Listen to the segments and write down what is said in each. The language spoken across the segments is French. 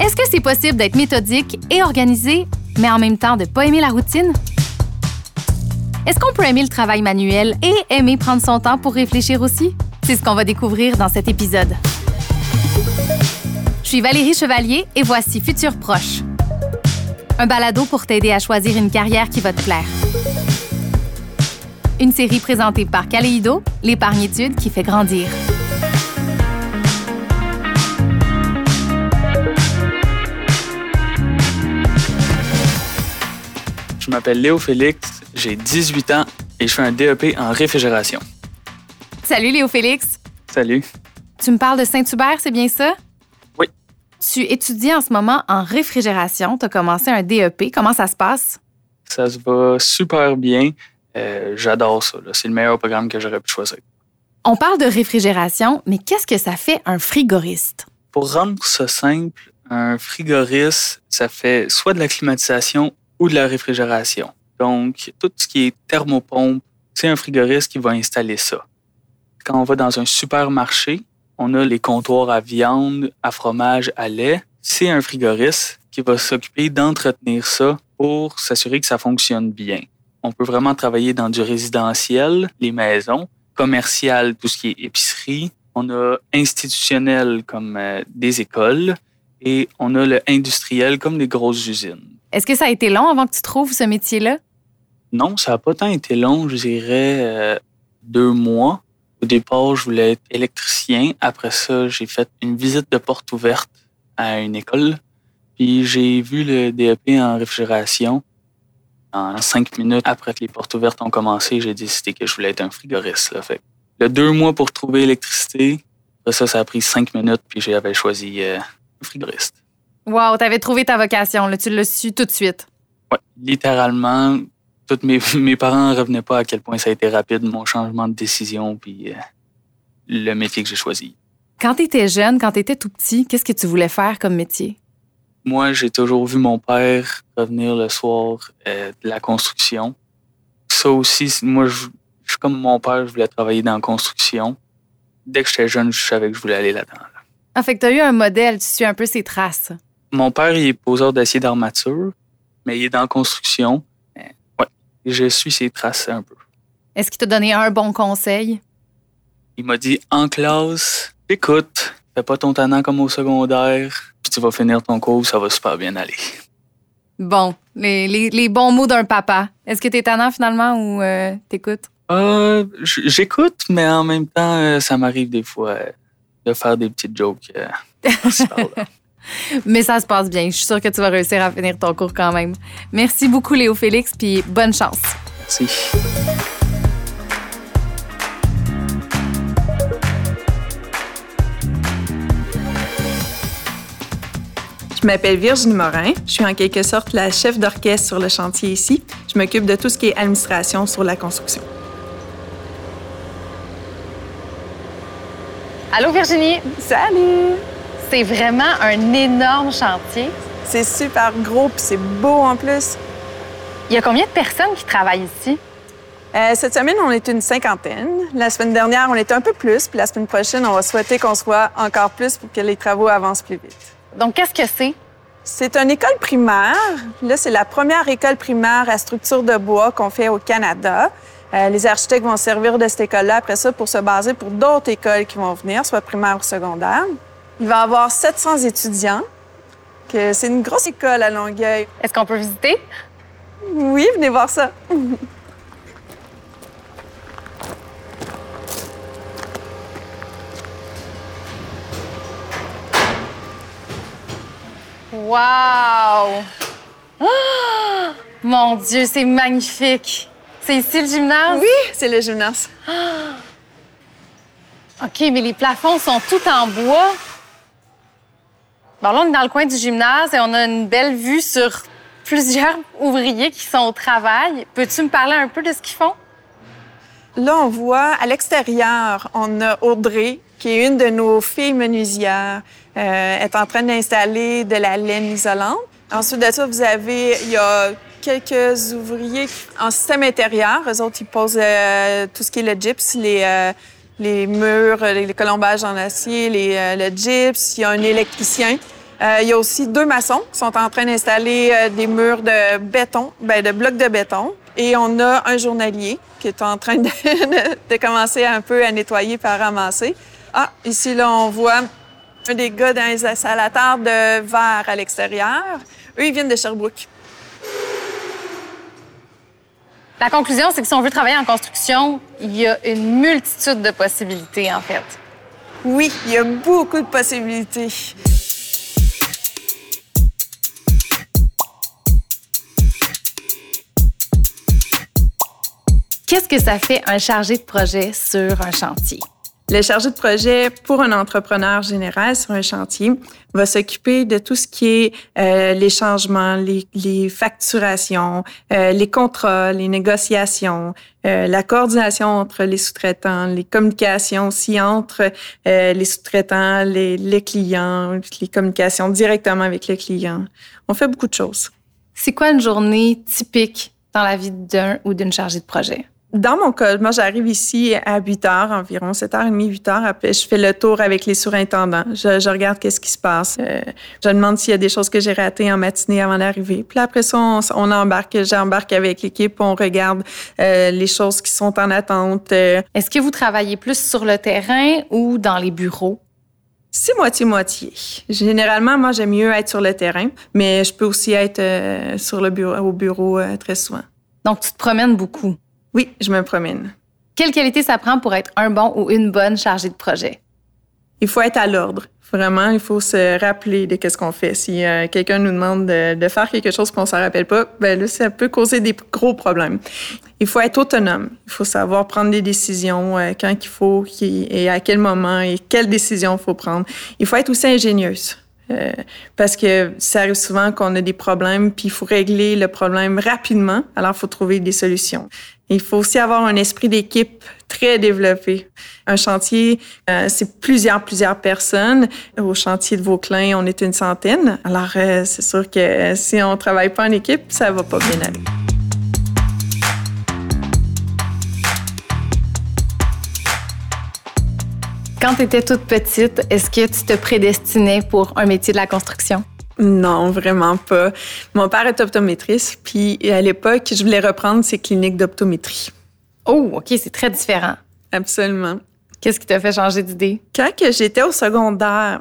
Est-ce que c'est possible d'être méthodique et organisé, mais en même temps de ne pas aimer la routine? Est-ce qu'on peut aimer le travail manuel et aimer prendre son temps pour réfléchir aussi? C'est ce qu'on va découvrir dans cet épisode. Je suis Valérie Chevalier et voici Futur Proche. Un balado pour t'aider à choisir une carrière qui va te plaire. Une série présentée par Caléido, l'épargne-études qui fait grandir. Je m'appelle Léo Félix, j'ai 18 ans et je fais un DEP en réfrigération. Salut Léo Félix. Salut. Tu me parles de Saint-Hubert, c'est bien ça? Oui. Tu étudies en ce moment en réfrigération. Tu as commencé un DEP. Comment ça se passe? Ça se va super bien. J'adore ça. C'est le meilleur programme que j'aurais pu choisir. On parle de réfrigération, mais qu'est-ce que ça fait un frigoriste? Pour rendre ça simple, un frigoriste, ça fait soit de la climatisation ou de la réfrigération. Donc, tout ce qui est thermopompe, c'est un frigoriste qui va installer ça. Quand on va dans un supermarché, on a les comptoirs à viande, à fromage, à lait. C'est un frigoriste qui va s'occuper d'entretenir ça pour s'assurer que ça fonctionne bien. On peut vraiment travailler dans du résidentiel, les maisons, commercial, tout ce qui est épicerie. On a institutionnel comme des écoles et on a le industriel comme les grosses usines. Est-ce que ça a été long avant que tu trouves ce métier-là? Non, ça n'a pas tant été long, je dirais 2 mois. Au départ, je voulais être électricien. Après ça, j'ai fait une visite de porte ouverte à une école. Puis j'ai vu le DEP en réfrigération. En 5 minutes après que les portes ouvertes ont commencé, j'ai décidé que je voulais être un frigoriste. Là. Fait le 2 mois pour trouver l'électricité. Après ça a pris 5 minutes, puis j'avais choisi un frigoriste. Wow, t'avais trouvé ta vocation, là. Tu l'as su tout de suite. Oui, littéralement, tous mes parents ne revenaient pas à quel point ça a été rapide, mon changement de décision, puis le métier que j'ai choisi. Quand t'étais jeune, quand t'étais tout petit, qu'est-ce que tu voulais faire comme métier? Moi, j'ai toujours vu mon père revenir le soir de la construction. Ça aussi, moi, je suis comme mon père, je voulais travailler dans la construction. Dès que j'étais jeune, je savais que je voulais aller là-dedans. Là. Ah, fait que t'as eu un modèle, tu suis un peu ses traces. Mon père, il est poseur d'acier d'armature, mais il est dans la construction. Ouais, je suis ses traces un peu. Est-ce qu'il t'a donné un bon conseil? Il m'a dit, en classe, écoute, fais pas ton tannant comme au secondaire, puis tu vas finir ton cours, ça va super bien aller. Bon, les bons mots d'un papa. Est-ce que t'es tannant finalement ou t'écoutes? J'écoute, mais en même temps, ça m'arrive des fois de faire des petites jokes par-ci, par-là. Mais ça se passe bien. Je suis sûre que tu vas réussir à finir ton cours quand même. Merci beaucoup, Léo Félix, puis bonne chance. Merci. Je m'appelle Virginie Morin. Je suis en quelque sorte la chef d'orchestre sur le chantier ici. Je m'occupe de tout ce qui est administration sur la construction. Allô, Virginie? Salut! C'est vraiment un énorme chantier. C'est super gros puis c'est beau en plus. Il y a combien de personnes qui travaillent ici? Cette semaine, on est une 50aine. La semaine dernière, on était un peu plus. Puis la semaine prochaine, on va souhaiter qu'on soit encore plus pour que les travaux avancent plus vite. Donc, qu'est-ce que c'est? C'est une école primaire. Là, c'est la première école primaire à structure de bois qu'on fait au Canada. Les architectes vont servir de cette école-là après ça pour se baser pour d'autres écoles qui vont venir, soit primaire ou secondaire. Il va y avoir 700 étudiants. C'est une grosse école à Longueuil. Est-ce qu'on peut visiter? Oui, venez voir ça. Wow! Oh! Mon Dieu, c'est magnifique! C'est ici le gymnase? Oui, c'est le gymnase. OK, mais les plafonds sont tout en bois. Bon, là, on est dans le coin du gymnase et on a une belle vue sur plusieurs ouvriers qui sont au travail. Peux-tu me parler un peu de ce qu'ils font? Là, on voit à l'extérieur, on a Audrey, qui est une de nos filles menuisières. Elle est en train d'installer de la laine isolante. Ensuite de ça, il y a quelques ouvriers en système intérieur. Eux autres, ils posent tout ce qui est le gyps, les murs, les colombages en acier, le gyps. Il y a un électricien Il y a aussi 2 maçons qui sont en train d'installer des murs de béton, de blocs de béton. Et on a un journalier qui est en train de commencer un peu à nettoyer et à ramasser. Ah, ici, là, on voit un des gars dans les installateurs de verre à l'extérieur. Eux, ils viennent de Sherbrooke. La conclusion, c'est que si on veut travailler en construction, il y a une multitude de possibilités, en fait. Oui, il y a beaucoup de possibilités. Qu'est-ce que ça fait un chargé de projet sur un chantier? Le chargé de projet, pour un entrepreneur général sur un chantier, va s'occuper de tout ce qui est les changements, les facturations, les contrats, les négociations, la coordination entre les sous-traitants, les communications aussi entre les sous-traitants, les clients, les communications directement avec le client. On fait beaucoup de choses. C'est quoi une journée typique dans la vie d'un ou d'une chargée de projet? Dans mon cas, moi, j'arrive ici à 8 heures environ, 7h30, 8 heures. Après, je fais le tour avec les surintendants. Je regarde qu'est-ce qui se passe. Je demande s'il y a des choses que j'ai ratées en matinée avant d'arriver. Puis après ça, on embarque. J'embarque avec l'équipe. On regarde les choses qui sont en attente. Est-ce que vous travaillez plus sur le terrain ou dans les bureaux? C'est moitié-moitié. Généralement, moi, j'aime mieux être sur le terrain, mais je peux aussi être au bureau très souvent. Donc, tu te promènes beaucoup? Oui, je me promène. Quelle qualité ça prend pour être un bon ou une bonne chargée de projet? Il faut être à l'ordre. Vraiment, il faut se rappeler de qu'est-ce qu'on fait. Si quelqu'un nous demande de faire quelque chose qu'on ne s'en rappelle pas, ben là, ça peut causer des gros problèmes. Il faut être autonome. Il faut savoir prendre des décisions quand il faut et à quel moment et quelles décisions il faut prendre. Il faut être aussi ingénieuse. Parce que ça arrive souvent qu'on a des problèmes, puis il faut régler le problème rapidement. Alors, il faut trouver des solutions. Il faut aussi avoir un esprit d'équipe très développé. Un chantier, c'est plusieurs personnes. Au chantier de Vauclin, on est une centaine. Alors, c'est sûr que si on ne travaille pas en équipe, ça ne va pas bien aller. Quand tu étais toute petite, est-ce que tu te prédestinais pour un métier de la construction? Non, vraiment pas. Mon père est optométriste, puis à l'époque, je voulais reprendre ses cliniques d'optométrie. Oh, OK, c'est très différent. Absolument. Qu'est-ce qui t'a fait changer d'idée? Quand j'étais au secondaire,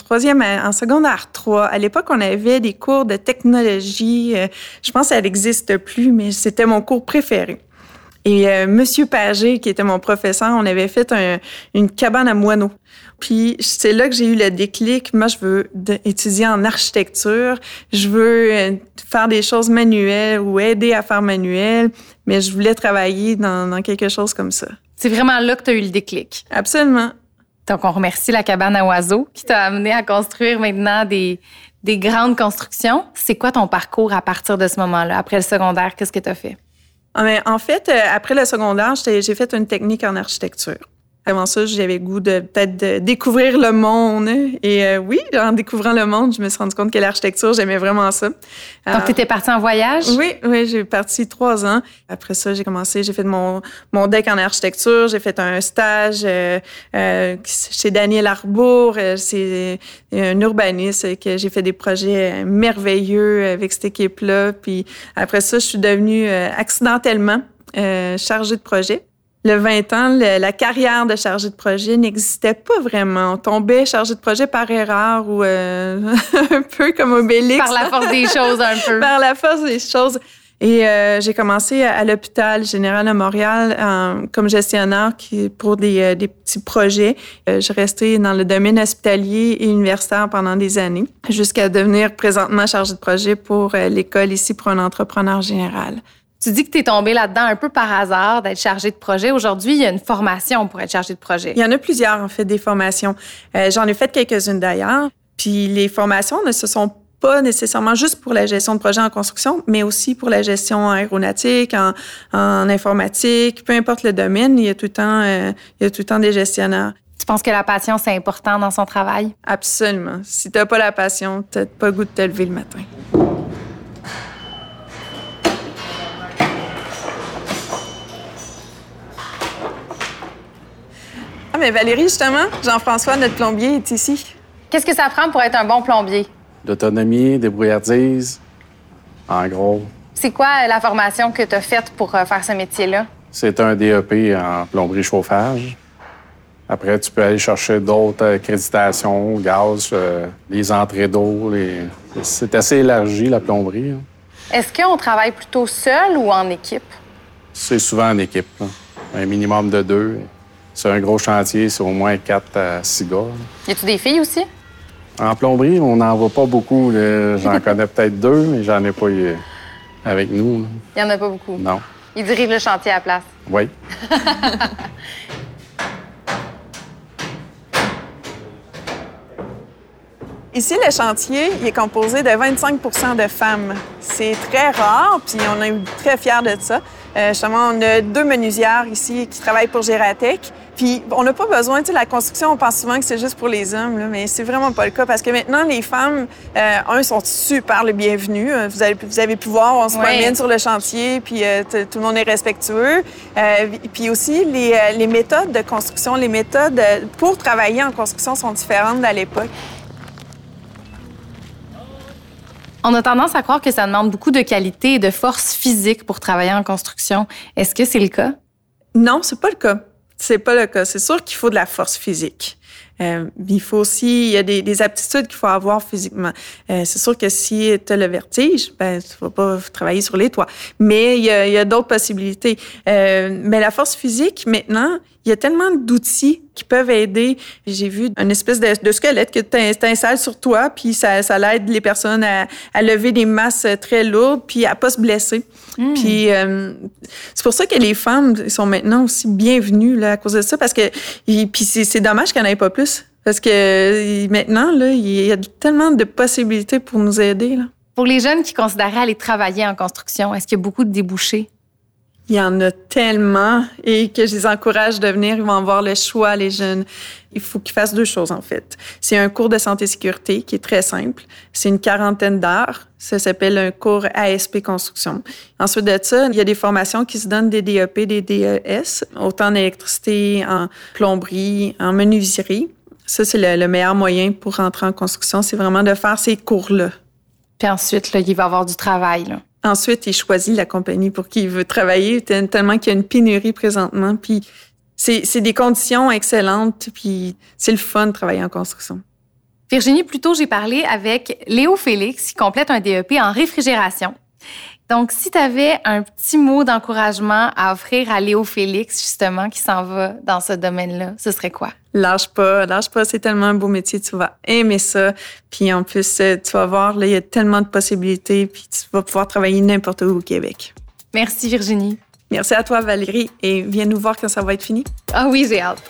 en secondaire 3, à l'époque, on avait des cours de technologie. Je pense qu'elle n'existe plus, mais c'était mon cours préféré. Et Monsieur Pagé, qui était mon professeur, on avait fait une cabane à moineaux. Puis c'est là que j'ai eu le déclic. Moi, je veux étudier en architecture. Je veux faire des choses manuelles ou aider à faire manuel, mais je voulais travailler dans quelque chose comme ça. C'est vraiment là que tu as eu le déclic. Absolument. Donc, on remercie la cabane à oiseaux qui t'a amené à construire maintenant des grandes constructions. C'est quoi ton parcours à partir de ce moment-là? Après le secondaire, qu'est-ce que tu as fait? En fait, après le secondaire, j'ai fait une technique en architecture. Avant ça, j'avais le goût de découvrir le monde. Et oui, en découvrant le monde, je me suis rendu compte que l'architecture, j'aimais vraiment ça. Donc, tu étais partie en voyage? Oui, j'ai parti 3 ans. Après ça, j'ai fait mon DEC en architecture. J'ai fait un stage chez Daniel Arbour. C'est un urbaniste que j'ai fait des projets merveilleux avec cette équipe-là. Puis après ça, je suis devenue accidentellement chargée de projet. Le 20 ans, la carrière de chargé de projet n'existait pas vraiment. On tombait chargé de projet par erreur ou un peu comme Obélix. Par la force des choses, un peu. Par la force des choses. Et j'ai commencé à l'hôpital général de Montréal comme gestionnaire pour des petits projets. Je restais dans le domaine hospitalier et universitaire pendant des années, jusqu'à devenir présentement chargée de projet pour l'école ici pour un entrepreneur général. Tu dis que tu es tombée là-dedans un peu par hasard d'être chargée de projet. Aujourd'hui, il y a une formation pour être chargée de projet. Il y en a plusieurs, en fait, des formations. J'en ai fait quelques-unes d'ailleurs. Puis les formations ne se sont pas nécessairement juste pour la gestion de projet en construction, mais aussi pour la gestion aéronautique, en informatique, peu importe le domaine, il y a tout le temps des gestionnaires. Tu penses que la passion, c'est important dans son travail? Absolument. Si tu n'as pas la passion, tu n'as pas le goût de te lever le matin. Ah, mais Valérie, justement, Jean-François, notre plombier, est ici. Qu'est-ce que ça prend pour être un bon plombier? L'autonomie, débrouillardise, en gros. C'est quoi la formation que tu as faite pour faire ce métier-là? C'est un DEP en plomberie-chauffage. Après, tu peux aller chercher d'autres accréditations, gaz, les entrées d'eau. C'est assez élargi, la plomberie. Hein. Est-ce qu'on travaille plutôt seul ou en équipe? C'est souvent en équipe. Là. Un minimum de 2. C'est un gros chantier, c'est au moins 4 à 6 gars. Y a-tu des filles aussi? En plomberie, on n'en voit pas beaucoup. J'en connais peut-être 2, mais j'en ai pas eu avec nous. Il n'y en a pas beaucoup? Non. Ils dirigent le chantier à la place? Oui. Ici, le chantier, il est composé de 25 de femmes. C'est très rare, puis on est très fiers de ça. Justement, on a 2 menuisières ici qui travaillent pour Gératec. Puis on n'a pas besoin, tu sais, la construction, on pense souvent que c'est juste pour les hommes, là, mais c'est vraiment pas le cas parce que maintenant, les femmes, sont super les bienvenues. Vous avez pu voir, on se promène sur le chantier, puis tout le monde est respectueux. Puis aussi, les méthodes de construction, les méthodes pour travailler en construction sont différentes d'à l'époque. On a tendance à croire que ça demande beaucoup de qualité et de force physique pour travailler en construction. Est-ce que c'est le cas? Non, c'est pas le cas. C'est pas le cas. C'est sûr qu'il faut de la force physique. Il faut aussi, il y a des aptitudes qu'il faut avoir physiquement. C'est sûr que si tu as le vertige, tu vas pas travailler sur les toits. Mais il y a d'autres possibilités. Mais la force physique, maintenant, il y a tellement d'outils qui peuvent aider. J'ai vu une espèce de squelette que tu installes sur toi, puis ça l'aide les personnes à lever des masses très lourdes, puis à pas se blesser. Puis c'est pour ça que les femmes sont maintenant aussi bienvenues là, à cause de ça, parce que puis c'est dommage qu'il n'y en ait pas plus. Parce que maintenant, là, il y a tellement de possibilités pour nous aider. Là. Pour les jeunes qui considéraient aller travailler en construction, est-ce qu'il y a beaucoup de débouchés? Il y en a tellement et que je les encourage de venir. Ils vont avoir le choix, les jeunes. Il faut qu'ils fassent 2 choses, en fait. C'est un cours de santé-sécurité qui est très simple. C'est une 40aine d'heures. Ça s'appelle un cours ASP Construction. Ensuite de ça, il y a des formations qui se donnent des DEP, des DES, autant en électricité, en plomberie, en menuiserie. Ça, c'est le meilleur moyen pour rentrer en construction. C'est vraiment de faire ces cours-là. Puis ensuite, là, il va y avoir du travail, là. Ensuite, il choisit la compagnie pour qui il veut travailler, tellement qu'il y a une pénurie présentement. Puis c'est des conditions excellentes, puis c'est le fun de travailler en construction. Virginie, plus tôt, j'ai parlé avec Léo Félix, qui complète un DEP en réfrigération. Donc, si tu avais un petit mot d'encouragement à offrir à Léo Félix, justement, qui s'en va dans ce domaine-là, ce serait quoi? Lâche pas, c'est tellement un beau métier, tu vas aimer ça. Puis en plus, tu vas voir, là, il y a tellement de possibilités, puis tu vas pouvoir travailler n'importe où au Québec. Merci, Virginie. Merci à toi, Valérie, et viens nous voir quand ça va être fini. Ah oui, j'ai hâte.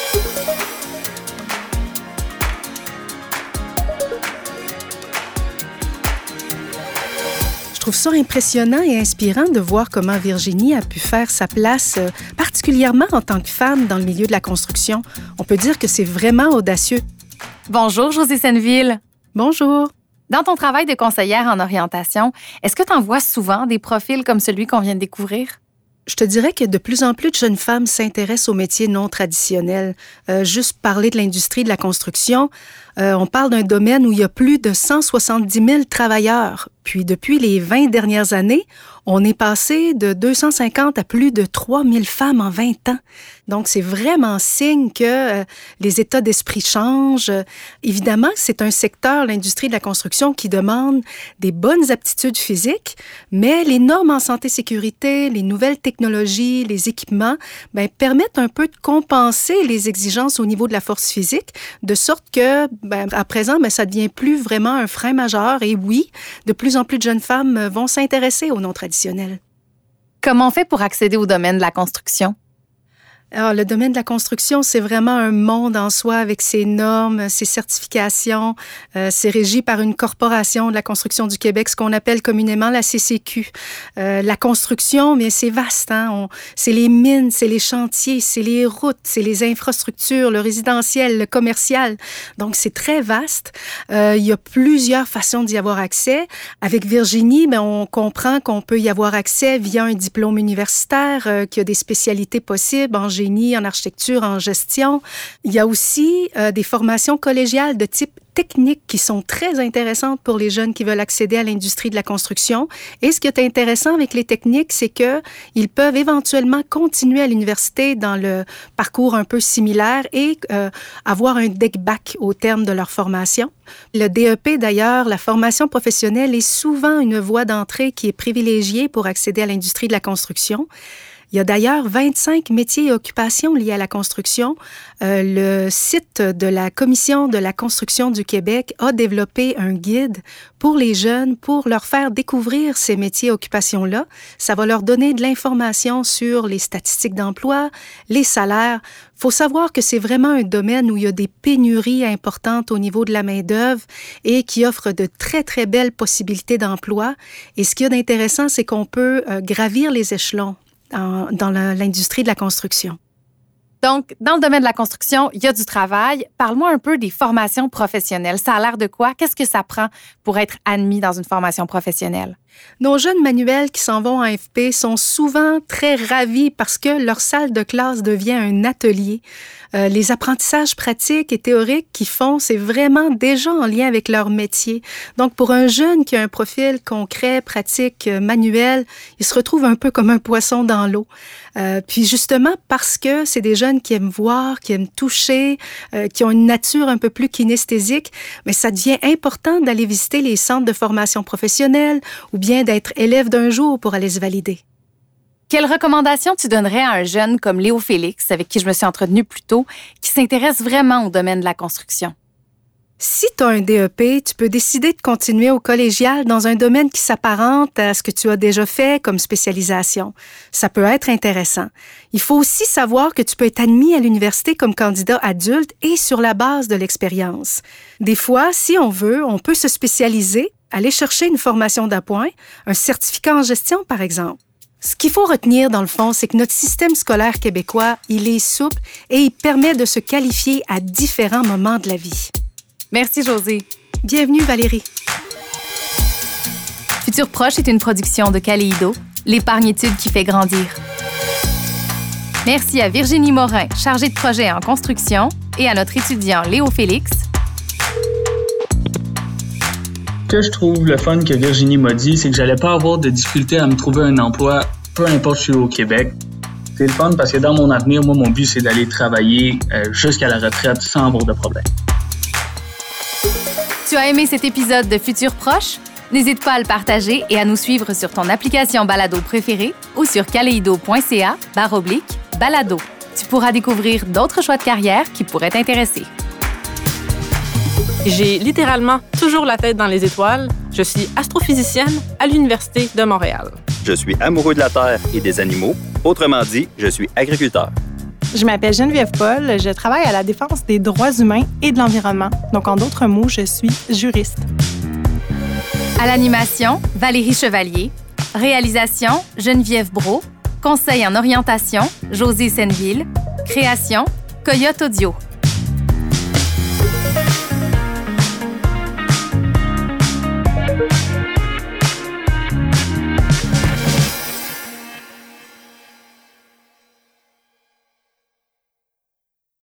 Je trouve ça impressionnant et inspirant de voir comment Virginie a pu faire sa place, particulièrement en tant que femme dans le milieu de la construction. On peut dire que c'est vraiment audacieux. Bonjour, Josée Senneville. Bonjour. Dans ton travail de conseillère en orientation, est-ce que tu en vois souvent des profils comme celui qu'on vient de découvrir? Je te dirais que de plus en plus de jeunes femmes s'intéressent aux métiers non traditionnels. Juste parler de l'industrie de la construction, on parle d'un domaine où il y a plus de 170 000 travailleurs. Puis depuis les 20 dernières années, on est passé de 250 à plus de 3 000 femmes en 20 ans. Donc, c'est vraiment signe que les états d'esprit changent. Évidemment, c'est un secteur, l'industrie de la construction, qui demande des bonnes aptitudes physiques, mais les normes en santé-sécurité, les nouvelles technologies, les équipements, permettent un peu de compenser les exigences au niveau de la force physique, de sorte que, à présent, ça devient plus vraiment un frein majeur. Et oui, de plus en plus de jeunes femmes vont s'intéresser aux non traditionnels. Comment on fait pour accéder au domaine de la construction? Alors, le domaine de la construction, c'est vraiment un monde en soi avec ses normes, ses certifications. C'est régi par une corporation de la construction du Québec, ce qu'on appelle communément la CCQ. La construction, mais c'est vaste. Hein? C'est les mines, c'est les chantiers, c'est les routes, c'est les infrastructures, le résidentiel, le commercial. Donc, c'est très vaste. Il y a plusieurs façons d'y avoir accès. Avec Virginie, on comprend qu'on peut y avoir accès via un diplôme universitaire qui a des spécialités possibles en génie, génie, en architecture, en gestion. Il y a aussi des formations collégiales de type techniques qui sont très intéressantes pour les jeunes qui veulent accéder à l'industrie de la construction. Et ce qui est intéressant avec les techniques, c'est qu'ils peuvent éventuellement continuer à l'université dans le parcours un peu similaire et avoir un deck-back au terme de leur formation. Le DEP, d'ailleurs, la formation professionnelle, est souvent une voie d'entrée qui est privilégiée pour accéder à l'industrie de la construction. Il y a d'ailleurs 25 métiers et occupations liés à la construction. Le site de la Commission de la construction du Québec a développé un guide pour les jeunes pour leur faire découvrir ces métiers et occupations-là. Ça va leur donner de l'information sur les statistiques d'emploi, les salaires. Il faut savoir que c'est vraiment un domaine où il y a des pénuries importantes au niveau de la main-d'œuvre et qui offre de très, très belles possibilités d'emploi. Et ce qu'il y a d'intéressant, c'est qu'on peut gravir les échelons dans l'industrie de la construction. Donc, dans le domaine de la construction, il y a du travail. Parle-moi un peu des formations professionnelles. Ça a l'air de quoi? Qu'est-ce que ça prend pour être admis dans une formation professionnelle? Nos jeunes manuels qui s'en vont en FP sont souvent très ravis parce que leur salle de classe devient un atelier. Les apprentissages pratiques et théoriques qu'ils font, c'est vraiment déjà en lien avec leur métier. Donc, pour un jeune qui a un profil concret, pratique, manuel, il se retrouve un peu comme un poisson dans l'eau. Puis justement, parce que c'est des jeunes qui aiment voir, qui aiment toucher, qui ont une nature un peu plus kinesthésique, mais ça devient important d'aller visiter les centres de formation professionnelle ou bien d'être élève d'un jour pour aller se valider. Quelles recommandations tu donnerais à un jeune comme Léo Félix, avec qui je me suis entretenue plus tôt, qui s'intéresse vraiment au domaine de la construction? Si tu as un DEP, tu peux décider de continuer au collégial dans un domaine qui s'apparente à ce que tu as déjà fait comme spécialisation. Ça peut être intéressant. Il faut aussi savoir que tu peux être admis à l'université comme candidat adulte et sur la base de l'expérience. Des fois, si on veut, on peut se spécialiser, aller chercher une formation d'appoint, un certificat en gestion, par exemple. Ce qu'il faut retenir, dans le fond, c'est que notre système scolaire québécois, il est souple et il permet de se qualifier à différents moments de la vie. Merci, Josée. Bienvenue, Valérie. Futur Proche est une production de Caléido, l'épargne-étude qui fait grandir. Merci à Virginie Morin, chargée de projet en construction, et à notre étudiant Léo Félix. Ce que je trouve le fun que Virginie m'a dit, c'est que j'allais pas avoir de difficulté à me trouver un emploi, peu importe où je suis au Québec. C'est le fun parce que dans mon avenir, moi, mon but, c'est d'aller travailler jusqu'à la retraite sans avoir de problème. Tu as aimé cet épisode de Futur Proche? N'hésite pas à le partager et à nous suivre sur ton application balado préférée ou sur caleido.ca/balado. Tu pourras découvrir d'autres choix de carrière qui pourraient t'intéresser. J'ai littéralement toujours la tête dans les étoiles. Je suis astrophysicienne à l'Université de Montréal. Je suis amoureux de la Terre et des animaux. Autrement dit, je suis agriculteur. Je m'appelle Geneviève Paul. Je travaille à la défense des droits humains et de l'environnement. Donc, en d'autres mots, je suis juriste. À l'animation, Valérie Chevalier. Réalisation, Geneviève Brault. Conseil en orientation, Josée Senneville. Création, Coyote Audio.